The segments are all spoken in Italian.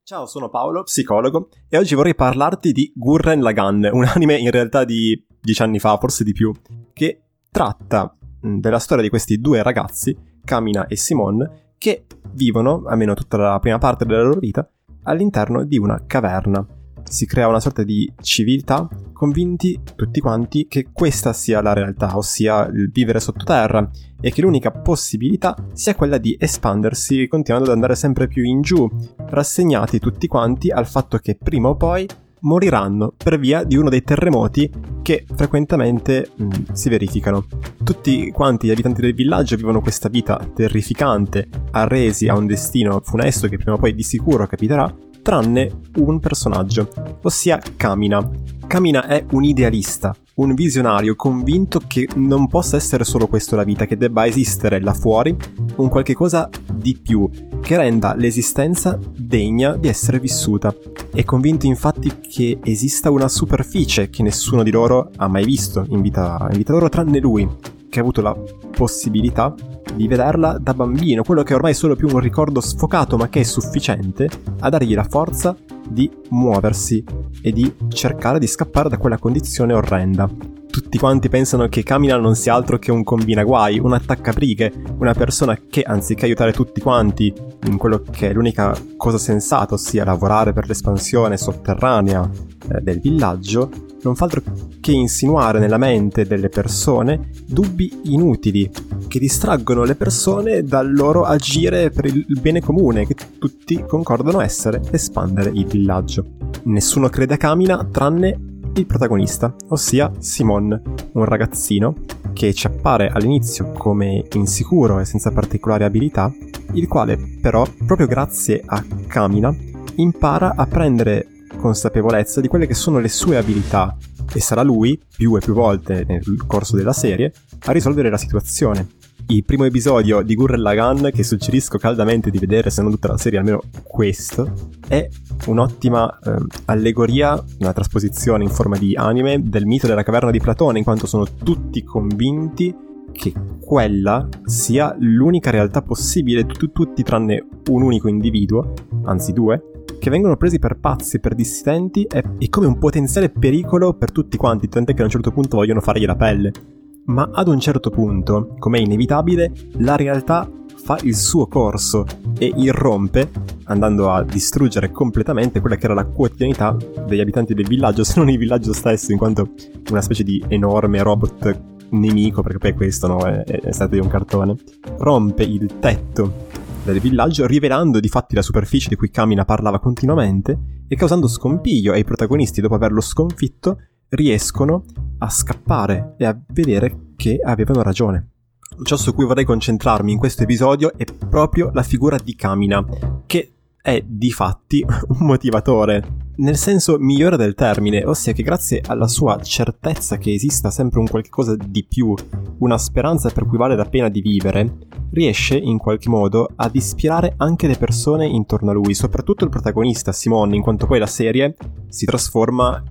Ciao, sono Paolo, psicologo, e oggi vorrei parlarti di Gurren Lagann, un anime in realtà di 10 anni fa, forse di più, che tratta della storia di questi due ragazzi, Kamina e Simon, che vivono, almeno tutta la prima parte della loro vita, all'interno di una caverna. Si crea una sorta di civiltà, convinti tutti quanti che questa sia la realtà, ossia il vivere sottoterra, e che l'unica possibilità sia quella di espandersi continuando ad andare sempre più in giù, rassegnati tutti quanti al fatto che prima o poi moriranno per via di uno dei terremoti che frequentemente si verificano. Tutti quanti gli abitanti del villaggio vivono questa vita terrificante, arresi a un destino funesto che prima o poi di sicuro capiterà, tranne un personaggio, ossia Kamina. Kamina è un idealista, un visionario convinto che non possa essere solo questo la vita, che debba esistere là fuori un qualche cosa di più, che renda l'esistenza degna di essere vissuta. È convinto infatti che esista una superficie che nessuno di loro ha mai visto in vita loro, tranne lui, che ha avuto la possibilità di vederla da bambino, quello che ormai è solo più un ricordo sfocato, ma che è sufficiente a dargli la forza di muoversi e di cercare di scappare da quella condizione orrenda. Tutti quanti pensano che Kamina non sia altro che un combinaguai, un attaccabrighe, una persona che anziché aiutare tutti quanti in quello che è l'unica cosa sensata, ossia lavorare per l'espansione sotterranea del villaggio, non fa altro che insinuare nella mente delle persone dubbi inutili che distraggono le persone dal loro agire per il bene comune, che tutti concordano essere espandere il villaggio. Nessuno crede a Kamina tranne il protagonista, ossia Simon, un ragazzino che ci appare all'inizio come insicuro e senza particolari abilità, il quale però, proprio grazie a Kamina, impara a prendere consapevolezza di quelle che sono le sue abilità e sarà lui, più e più volte nel corso della serie, a risolvere la situazione. Il primo episodio di Gurren Lagann, che suggerisco caldamente di vedere, se non tutta la serie, almeno questo, è un'ottima allegoria, una trasposizione in forma di anime del mito della caverna di Platone, in quanto sono tutti convinti che quella sia l'unica realtà possibile, tutti tranne un unico individuo, anzi due, che vengono presi per pazzi, per dissidenti e come un potenziale pericolo per tutti quanti, tant'è che a un certo punto vogliono fargli la pelle. Ma ad un certo punto, come è inevitabile, la realtà fa il suo corso e irrompe, andando a distruggere completamente quella che era la quotidianità degli abitanti del villaggio, se non il villaggio stesso, in quanto una specie di enorme robot nemico, perché poi questo no, è stato di un cartone, rompe il tetto del villaggio, rivelando di fatti la superficie di cui Kamina parlava continuamente e causando scompiglio ai protagonisti. Dopo averlo sconfitto riescono a scappare e a vedere che avevano ragione. Ciò su cui vorrei concentrarmi in questo episodio è proprio la figura di Kamina, che è di fatti un motivatore nel senso migliore del termine, ossia che grazie alla sua certezza che esista sempre un qualche cosa di più, una speranza per cui vale la pena di vivere, riesce in qualche modo ad ispirare anche le persone intorno a lui, soprattutto il protagonista Simon, in quanto poi la serie si trasforma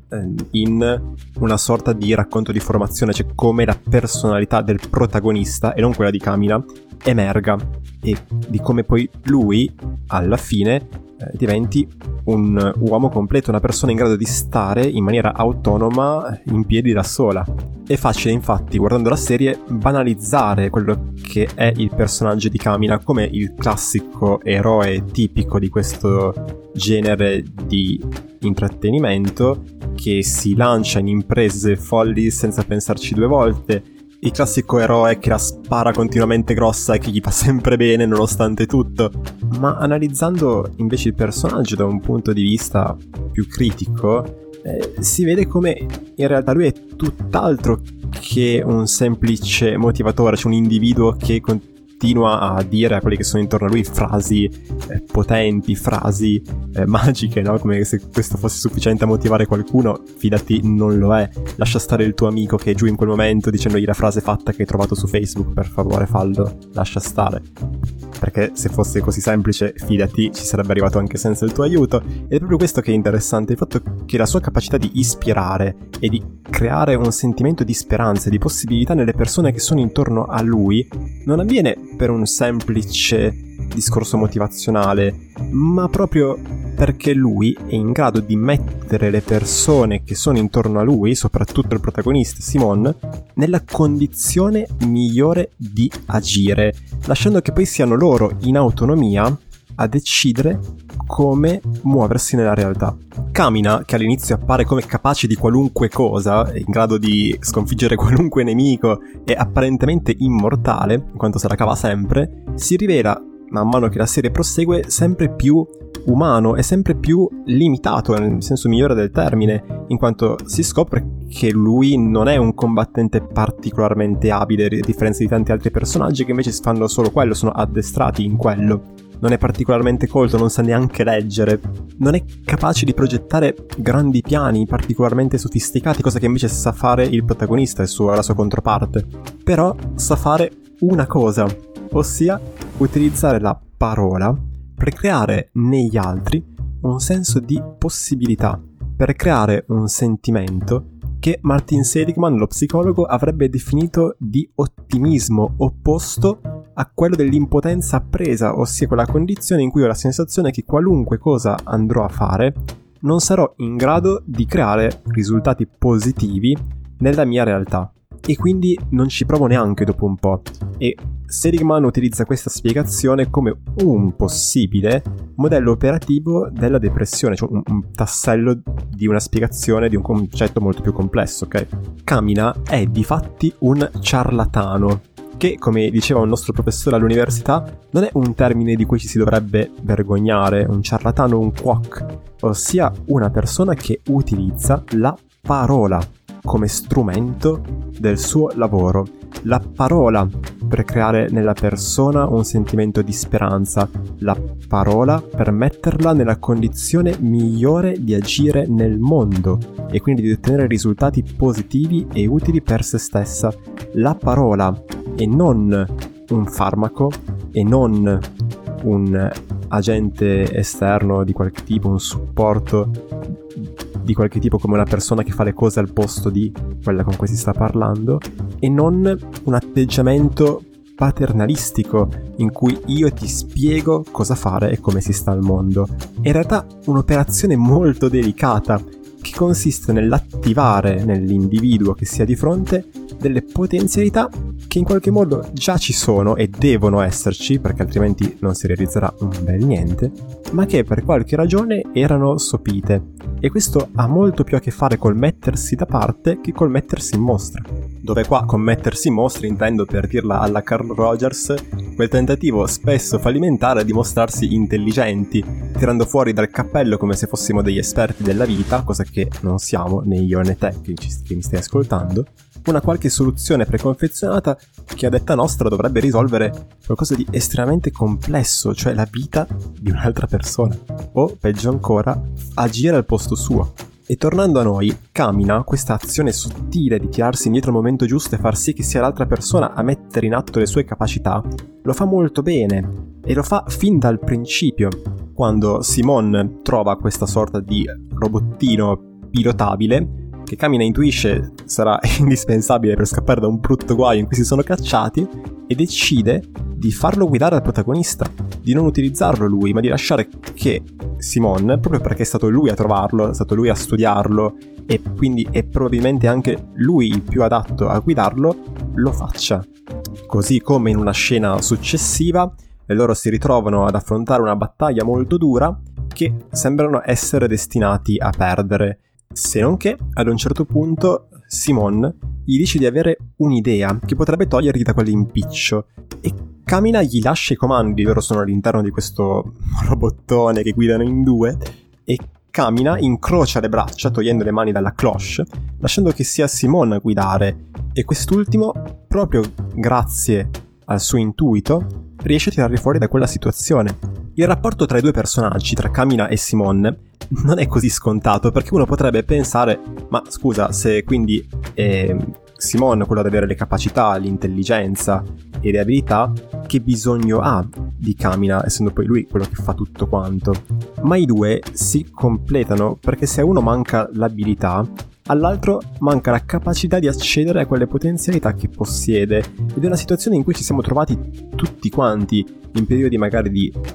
in una sorta di racconto di formazione, cioè come la personalità del protagonista e non quella di Kamina emerga, e di come poi lui alla fine diventi un uomo completo, una persona in grado di stare in maniera autonoma in piedi da sola. È facile infatti, guardando la serie, banalizzare quello che è il personaggio di Kamina come il classico eroe tipico di questo genere di intrattenimento che si lancia in imprese folli senza pensarci due volte, il classico eroe che la spara continuamente grossa e che gli fa sempre bene nonostante tutto. Ma analizzando invece il personaggio da un punto di vista più critico, si vede come in realtà lui è tutt'altro che un semplice motivatore, cioè un individuo che continua a dire a quelli che sono intorno a lui frasi potenti, frasi magiche, no? Come se questo fosse sufficiente a motivare qualcuno. Fidati, non lo è. Lascia stare il tuo amico che è giù in quel momento dicendogli la frase fatta che hai trovato su Facebook, per favore fallo, lascia stare. Perché se fosse così semplice, fidati, ci sarebbe arrivato anche senza il tuo aiuto. Ed è proprio questo che è interessante, il fatto che la sua capacità di ispirare e di creare un sentimento di speranza e di possibilità nelle persone che sono intorno a lui non avviene per un semplice discorso motivazionale, ma proprio perché lui è in grado di mettere le persone che sono intorno a lui, soprattutto il protagonista Simone, nella condizione migliore di agire, lasciando che poi siano loro in autonomia a decidere come muoversi nella realtà. Kamina, che all'inizio appare come capace di qualunque cosa, in grado di sconfiggere qualunque nemico e apparentemente immortale, in quanto se la cava sempre, si rivela, man mano che la serie prosegue, sempre più umano e sempre più limitato, nel senso migliore del termine, in quanto si scopre che lui non è un combattente particolarmente abile, a differenza di tanti altri personaggi che invece fanno solo quello, sono addestrati in quello. Non è particolarmente colto, non sa neanche leggere, non è capace di progettare grandi piani particolarmente sofisticati, cosa che invece sa fare il protagonista e la sua controparte. Però sa fare una cosa, ossia utilizzare la parola per creare negli altri un senso di possibilità, per creare un sentimento che Martin Seligman, lo psicologo, avrebbe definito di ottimismo opposto a quello dell'impotenza appresa, ossia quella condizione in cui ho la sensazione che qualunque cosa andrò a fare non sarò in grado di creare risultati positivi nella mia realtà, e quindi non ci provo neanche dopo un po'. E Seligman utilizza questa spiegazione come un possibile modello operativo della depressione, cioè un tassello di una spiegazione di un concetto molto più complesso, ok? Kamina è difatti un ciarlatano, che, come diceva un nostro professore all'università, non è un termine di cui ci si dovrebbe vergognare. Un ciarlatano, un quack, ossia una persona che utilizza la parola come strumento del suo lavoro. La parola per creare nella persona un sentimento di speranza, la parola per metterla nella condizione migliore di agire nel mondo e quindi di ottenere risultati positivi e utili per se stessa. La parola, e non un farmaco, e non un agente esterno di qualche tipo, un supporto di qualche tipo come una persona che fa le cose al posto di quella con cui si sta parlando, e non un atteggiamento paternalistico in cui io ti spiego cosa fare e come si sta al mondo. È in realtà un'operazione molto delicata che consiste nell'attivare nell'individuo che si ha di fronte delle potenzialità che in qualche modo già ci sono e devono esserci, perché altrimenti non si realizzerà un bel niente, ma che per qualche ragione erano sopite. E questo ha molto più a che fare col mettersi da parte che col mettersi in mostra. Dove qua con mettersi in mostra intendo, per dirla alla Carl Rogers, quel tentativo spesso fallimentare di mostrarsi intelligenti, tirando fuori dal cappello come se fossimo degli esperti della vita, cosa che non siamo, né io né te che mi stai ascoltando, una qualche soluzione preconfezionata che a detta nostra dovrebbe risolvere qualcosa di estremamente complesso, cioè la vita di un'altra persona, o peggio ancora, agire al posto suo. E tornando a noi, Kamina, questa azione sottile di tirarsi indietro al momento giusto e far sì che sia l'altra persona a mettere in atto le sue capacità, lo fa molto bene, e lo fa fin dal principio, quando Simone trova questa sorta di robottino pilotabile che Kamina intuisce sarà indispensabile per scappare da un brutto guaio in cui si sono cacciati, e decide di farlo guidare al protagonista, di non utilizzarlo lui, ma di lasciare che Simone, proprio perché è stato lui a trovarlo, è stato lui a studiarlo e quindi è probabilmente anche lui il più adatto a guidarlo, lo faccia. Così come in una scena successiva loro si ritrovano ad affrontare una battaglia molto dura che sembrano essere destinati a perdere. Se non che, ad un certo punto, Simone gli dice di avere un'idea che potrebbe togliergli da quell'impiccio, e Kamina gli lascia i comandi. Loro sono all'interno di questo robottone che guidano in due, e Kamina incrocia le braccia togliendo le mani dalla cloche, lasciando che sia Simone a guidare, e quest'ultimo, proprio grazie al suo intuito, riesce a tirarli fuori da quella situazione. Il rapporto tra i due personaggi, tra Kamina e Simone, non è così scontato, perché uno potrebbe pensare: ma scusa, se quindi Simone, quello ad avere le capacità, l'intelligenza e le abilità, che bisogno ha di Kamina, essendo poi lui quello che fa tutto quanto? Ma i due si completano, perché se a uno manca l'abilità, all'altro manca la capacità di accedere a quelle potenzialità che possiede. Ed è una situazione in cui ci siamo trovati tutti quanti in periodi magari di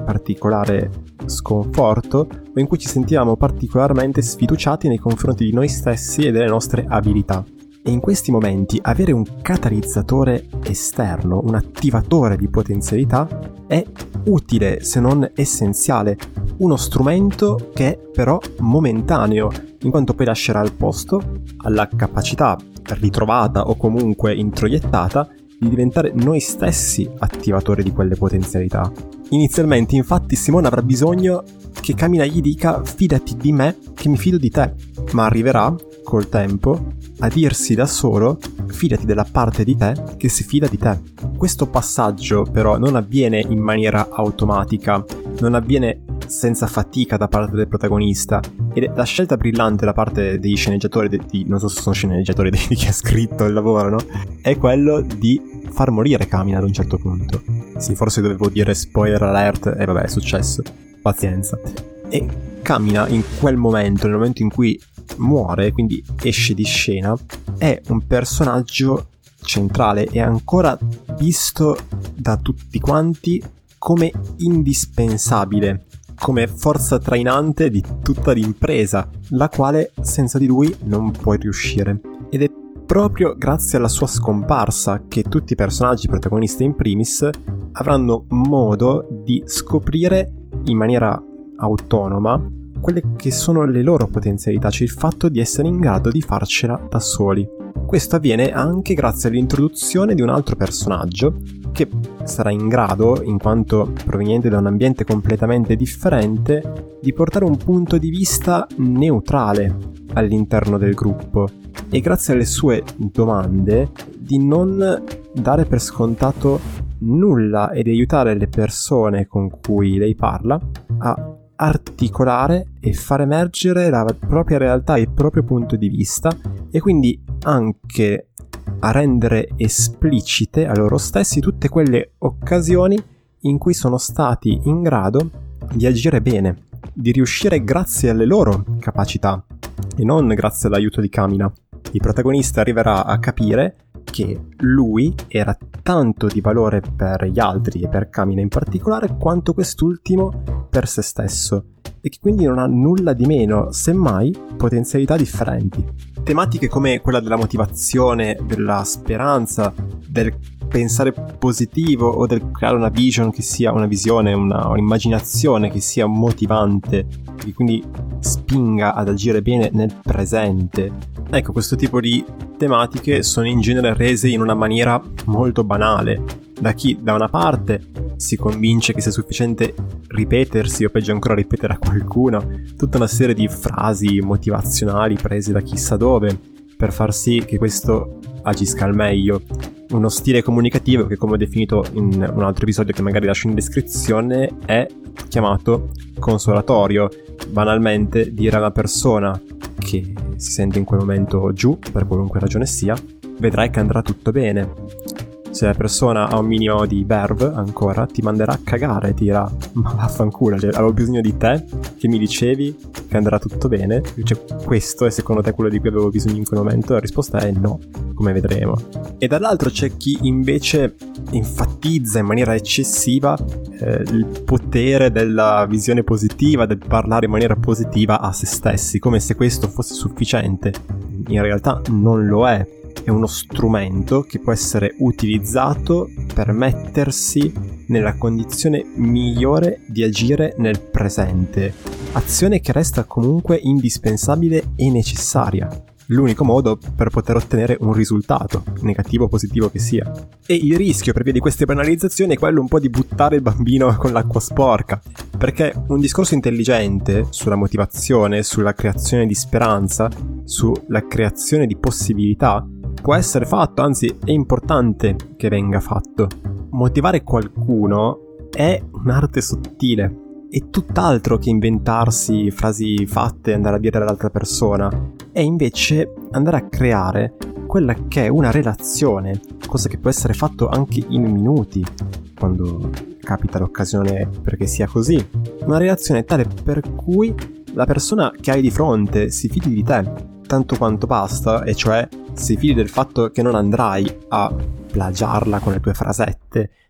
particolare sconforto o in cui ci sentivamo particolarmente sfiduciati nei confronti di noi stessi e delle nostre abilità. E in questi momenti avere un catalizzatore esterno, un attivatore di potenzialità, è utile se non essenziale, uno strumento che è però momentaneo, in quanto poi lascerà il posto alla capacità ritrovata o comunque introiettata di diventare noi stessi attivatori di quelle potenzialità. Inizialmente, infatti, Simone avrà bisogno che Camina gli dica fidati di me che mi fido di te, ma arriverà col tempo a dirsi da solo fidati della parte di te che si fida di te. Questo passaggio però non avviene in maniera automatica, non avviene senza fatica da parte del protagonista, ed è la scelta brillante da parte degli sceneggiatori, non so se sono sceneggiatori di chi ha scritto il lavoro, no? È quello di far morire Camina ad un certo punto. Sì, forse dovevo dire spoiler alert, e vabbè, è successo, pazienza. E Camina in quel momento, nel momento in cui muore, quindi esce di scena, è un personaggio centrale e ancora visto da tutti quanti come indispensabile, come forza trainante di tutta l'impresa, la quale senza di lui non puoi riuscire. Ed è proprio grazie alla sua scomparsa che tutti i personaggi protagonisti in primis avranno modo di scoprire in maniera autonoma quelle che sono le loro potenzialità, cioè il fatto di essere in grado di farcela da soli. Questo avviene anche grazie all'introduzione di un altro personaggio che sarà in grado, in quanto proveniente da un ambiente completamente differente, di portare un punto di vista neutrale all'interno del gruppo e grazie alle sue domande di non dare per scontato nulla e di aiutare le persone con cui lei parla a articolare e far emergere la propria realtà, il proprio punto di vista, e quindi anche a rendere esplicite a loro stessi tutte quelle occasioni in cui sono stati in grado di agire bene, di riuscire grazie alle loro capacità e non grazie all'aiuto di Camina. Il protagonista arriverà a capire che lui era tanto di valore per gli altri e per Camina in particolare quanto quest'ultimo per se stesso, e che quindi non ha nulla di meno, semmai potenzialità differenti. Tematiche come quella della motivazione, della speranza, del pensare positivo o del creare una vision che sia una visione, un'immaginazione che sia motivante, che quindi spinga ad agire bene nel presente. Ecco, questo tipo di tematiche sono in genere rese in una maniera molto banale, da chi da una parte si convince che sia sufficiente ripetersi o peggio ancora ripetere a qualcuno tutta una serie di frasi motivazionali prese da chissà dove per far sì che questo agisca al meglio. Uno stile comunicativo che, come ho definito in un altro episodio che magari lascio in descrizione, è chiamato consolatorio. Banalmente dire a una persona che si sente in quel momento giù, per qualunque ragione sia, vedrai che andrà tutto bene. Se la persona ha un minimo di verve ancora, ti manderà a cagare, ti dirà ma vaffanculo, cioè, avevo bisogno di te che mi dicevi che andrà tutto bene, cioè, questo è secondo te quello di cui avevo bisogno in quel momento? La risposta è no, come vedremo. E dall'altro c'è chi invece enfatizza in maniera eccessiva il potere della visione positiva, del parlare in maniera positiva a se stessi, come se questo fosse sufficiente. In realtà non lo è. È uno strumento che può essere utilizzato per mettersi nella condizione migliore di agire nel presente, azione che resta comunque indispensabile e necessaria, l'unico modo per poter ottenere un risultato, negativo o positivo che sia. E il rischio per via di queste banalizzazioni è quello un po' di buttare il bambino con l'acqua sporca, perché un discorso intelligente sulla motivazione, sulla creazione di speranza, sulla creazione di possibilità può essere fatto, anzi è importante che venga fatto. Motivare qualcuno è un'arte sottile, è tutt'altro che inventarsi frasi fatte e andare a dire all'altra persona, è invece andare a creare quella che è una relazione, cosa che può essere fatto anche in minuti, quando capita l'occasione perché sia così. Una relazione tale per cui la persona che hai di fronte si fidi di te, tanto quanto basta, e cioè si fidi del fatto che non andrai a plagiarla con le tue frasette,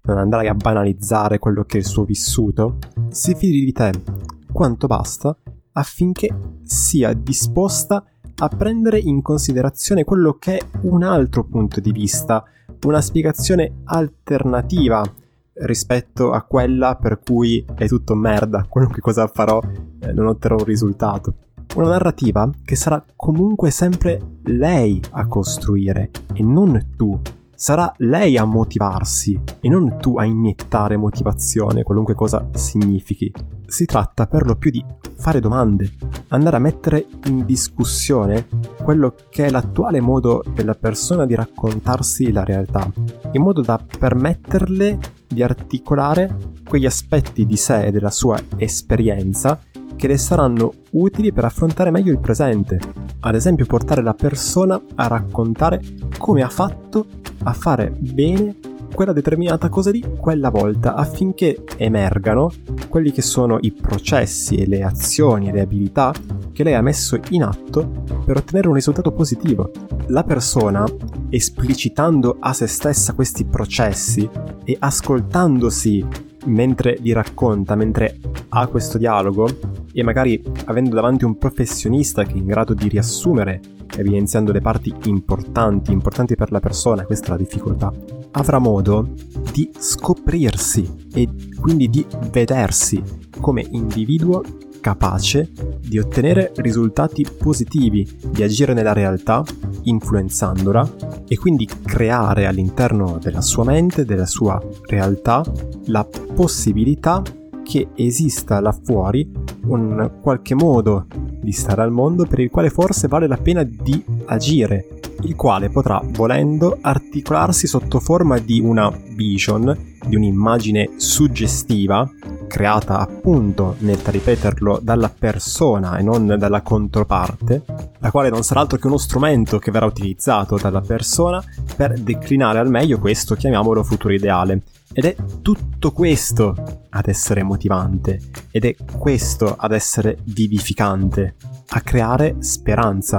non andare a banalizzare quello che è il suo vissuto, si fidi di te quanto basta affinché sia disposta a prendere in considerazione quello che è un altro punto di vista, una spiegazione alternativa rispetto a quella per cui è tutto merda, qualunque cosa farò non otterrò un risultato. Una narrativa che sarà comunque sempre lei a costruire e non tu. Sarà lei a motivarsi e non tu a iniettare motivazione, qualunque cosa significhi. Si tratta per lo più di fare domande, andare a mettere in discussione quello che è l'attuale modo della persona di raccontarsi la realtà, in modo da permetterle di articolare quegli aspetti di sé e della sua esperienza che le saranno utili per affrontare meglio il presente. Ad esempio, portare la persona a raccontare come ha fatto a fare bene quella determinata cosa di quella volta, affinché emergano quelli che sono i processi e le azioni e le abilità che lei ha messo in atto per ottenere un risultato positivo. La persona, esplicitando a se stessa questi processi e ascoltandosi mentre li racconta, mentre ha questo dialogo, e magari avendo davanti un professionista che è in grado di riassumere, evidenziando le parti importanti per la persona, questa è la difficoltà, avrà modo di scoprirsi e quindi di vedersi come individuo capace di ottenere risultati positivi, di agire nella realtà influenzandola e quindi creare all'interno della sua mente, della sua realtà, la possibilità che esista là fuori un qualche modo di stare al mondo per il quale forse vale la pena di agire, il quale potrà, volendo, articolarsi sotto forma di una vision, di un'immagine suggestiva, creata appunto, nel ripeterlo, dalla persona e non dalla controparte, la quale non sarà altro che uno strumento che verrà utilizzato dalla persona per declinare al meglio questo, chiamiamolo, futuro ideale. Ed è tutto questo ad essere motivante, ed è questo ad essere vivificante, a creare speranza.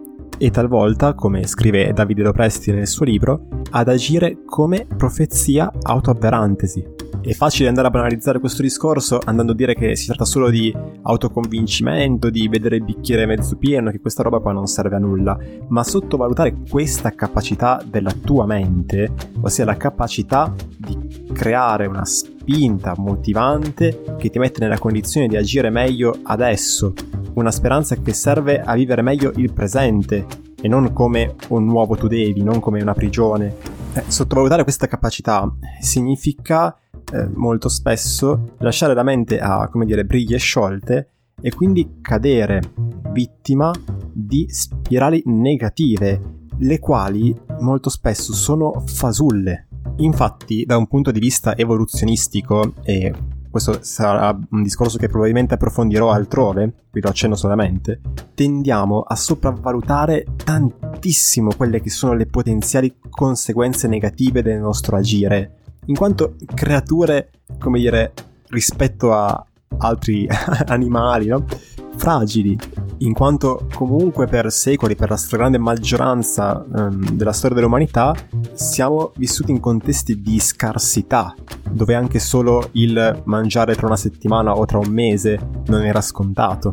E talvolta, come scrive Davide Lopresti nel suo libro, ad agire come profezia autoavverantesi. È facile andare a banalizzare questo discorso andando a dire che si tratta solo di autoconvincimento, di vedere il bicchiere mezzo pieno, che questa roba qua non serve a nulla, ma sottovalutare questa capacità della tua mente, ossia la capacità di creare una spinta motivante che ti mette nella condizione di agire meglio adesso, una speranza che serve a vivere meglio il presente e non come un nuovo tu devi, non come una prigione. Sottovalutare questa capacità significa molto spesso lasciare la mente a, come dire, briglie sciolte e quindi cadere vittima di spirali negative, le quali molto spesso sono fasulle. Infatti, da un punto di vista evoluzionistico, e questo sarà un discorso che probabilmente approfondirò altrove, qui lo accenno solamente, tendiamo a sopravvalutare tantissimo quelle che sono le potenziali conseguenze negative del nostro agire, in quanto creature, come dire, rispetto a altri animali, no? Fragili, in quanto comunque per secoli, per la stragrande maggioranza della storia dell'umanità, siamo vissuti in contesti di scarsità, dove anche solo il mangiare tra una settimana o tra un mese non era scontato.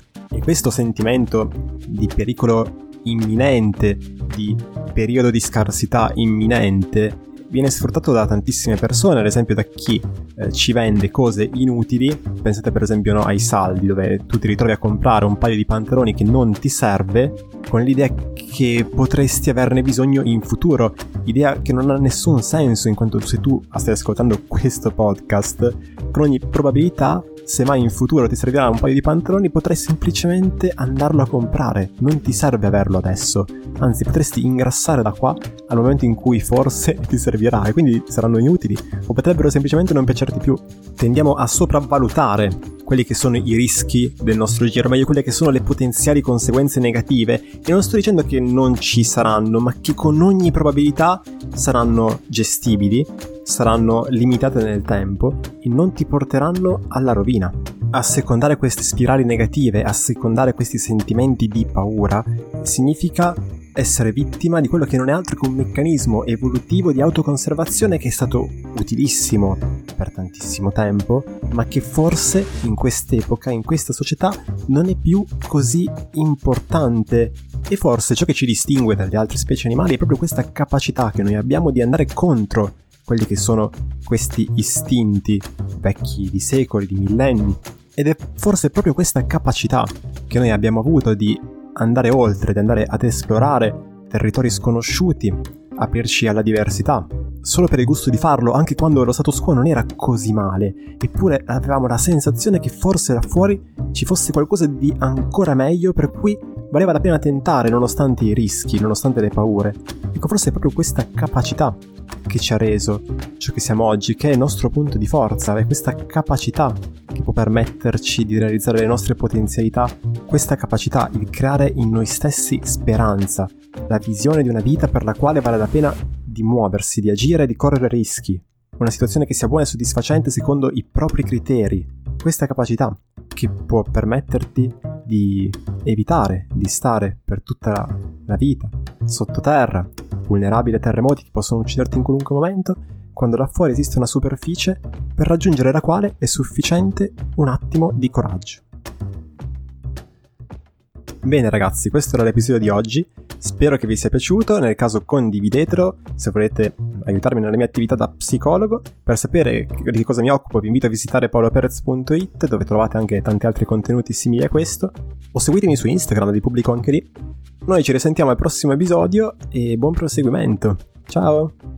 E questo sentimento di pericolo imminente, di periodo di scarsità imminente, viene sfruttato da tantissime persone, ad esempio da chi ci vende cose inutili. Pensate per esempio, no, ai saldi, dove tu ti ritrovi a comprare un paio di pantaloni che non ti serve, con l'idea che potresti averne bisogno in futuro, idea che non ha nessun senso, in quanto se tu stai ascoltando questo podcast, con ogni probabilità, se mai in futuro ti servirà un paio di pantaloni, potrai semplicemente andarlo a comprare, non ti serve averlo adesso, anzi potresti ingrassare da qua al momento in cui forse ti servirà e quindi saranno inutili o potrebbero semplicemente non piacerti più. Tendiamo a sopravvalutare quelli che sono i rischi del nostro giro, meglio quelle che sono le potenziali conseguenze negative, e non sto dicendo che non ci saranno, ma che con ogni probabilità saranno gestibili, saranno limitate nel tempo e non ti porteranno alla rovina. Assecondare queste spirali negative, assecondare questi sentimenti di paura, significa essere vittima di quello che non è altro che un meccanismo evolutivo di autoconservazione che è stato utilissimo per tantissimo tempo, ma che forse in quest'epoca, in questa società, non è più così importante. E forse ciò che ci distingue dalle altre specie animali è proprio questa capacità che noi abbiamo di andare contro quelli che sono questi istinti vecchi di secoli, di millenni. Ed è forse proprio questa capacità che noi abbiamo avuto di andare oltre, di andare ad esplorare territori sconosciuti, aprirci alla diversità, solo per il gusto di farlo, anche quando lo status quo non era così male, eppure avevamo la sensazione che forse là fuori ci fosse qualcosa di ancora meglio, per cui valeva la pena tentare nonostante i rischi, nonostante le paure. Ecco, forse è proprio questa capacità che ci ha reso ciò che siamo oggi, che è il nostro punto di forza, è questa capacità che può permetterci di realizzare le nostre potenzialità, questa capacità di creare in noi stessi speranza, la visione di una vita per la quale vale la pena di muoversi, di agire, di correre rischi, una situazione che sia buona e soddisfacente secondo i propri criteri, questa capacità che può permetterti di evitare di stare per tutta la vita sottoterra, vulnerabile a terremoti che possono ucciderti in qualunque momento, quando là fuori esiste una superficie per raggiungere la quale è sufficiente un attimo di coraggio. Bene ragazzi, questo era l'episodio di oggi, spero che vi sia piaciuto, nel caso condividetelo, se volete aiutarmi nelle mie attività da psicologo. Per sapere di che cosa mi occupo vi invito a visitare paoloperez.it, dove trovate anche tanti altri contenuti simili a questo, o seguitemi su Instagram, vi pubblico anche lì. Noi ci risentiamo al prossimo episodio e buon proseguimento, ciao!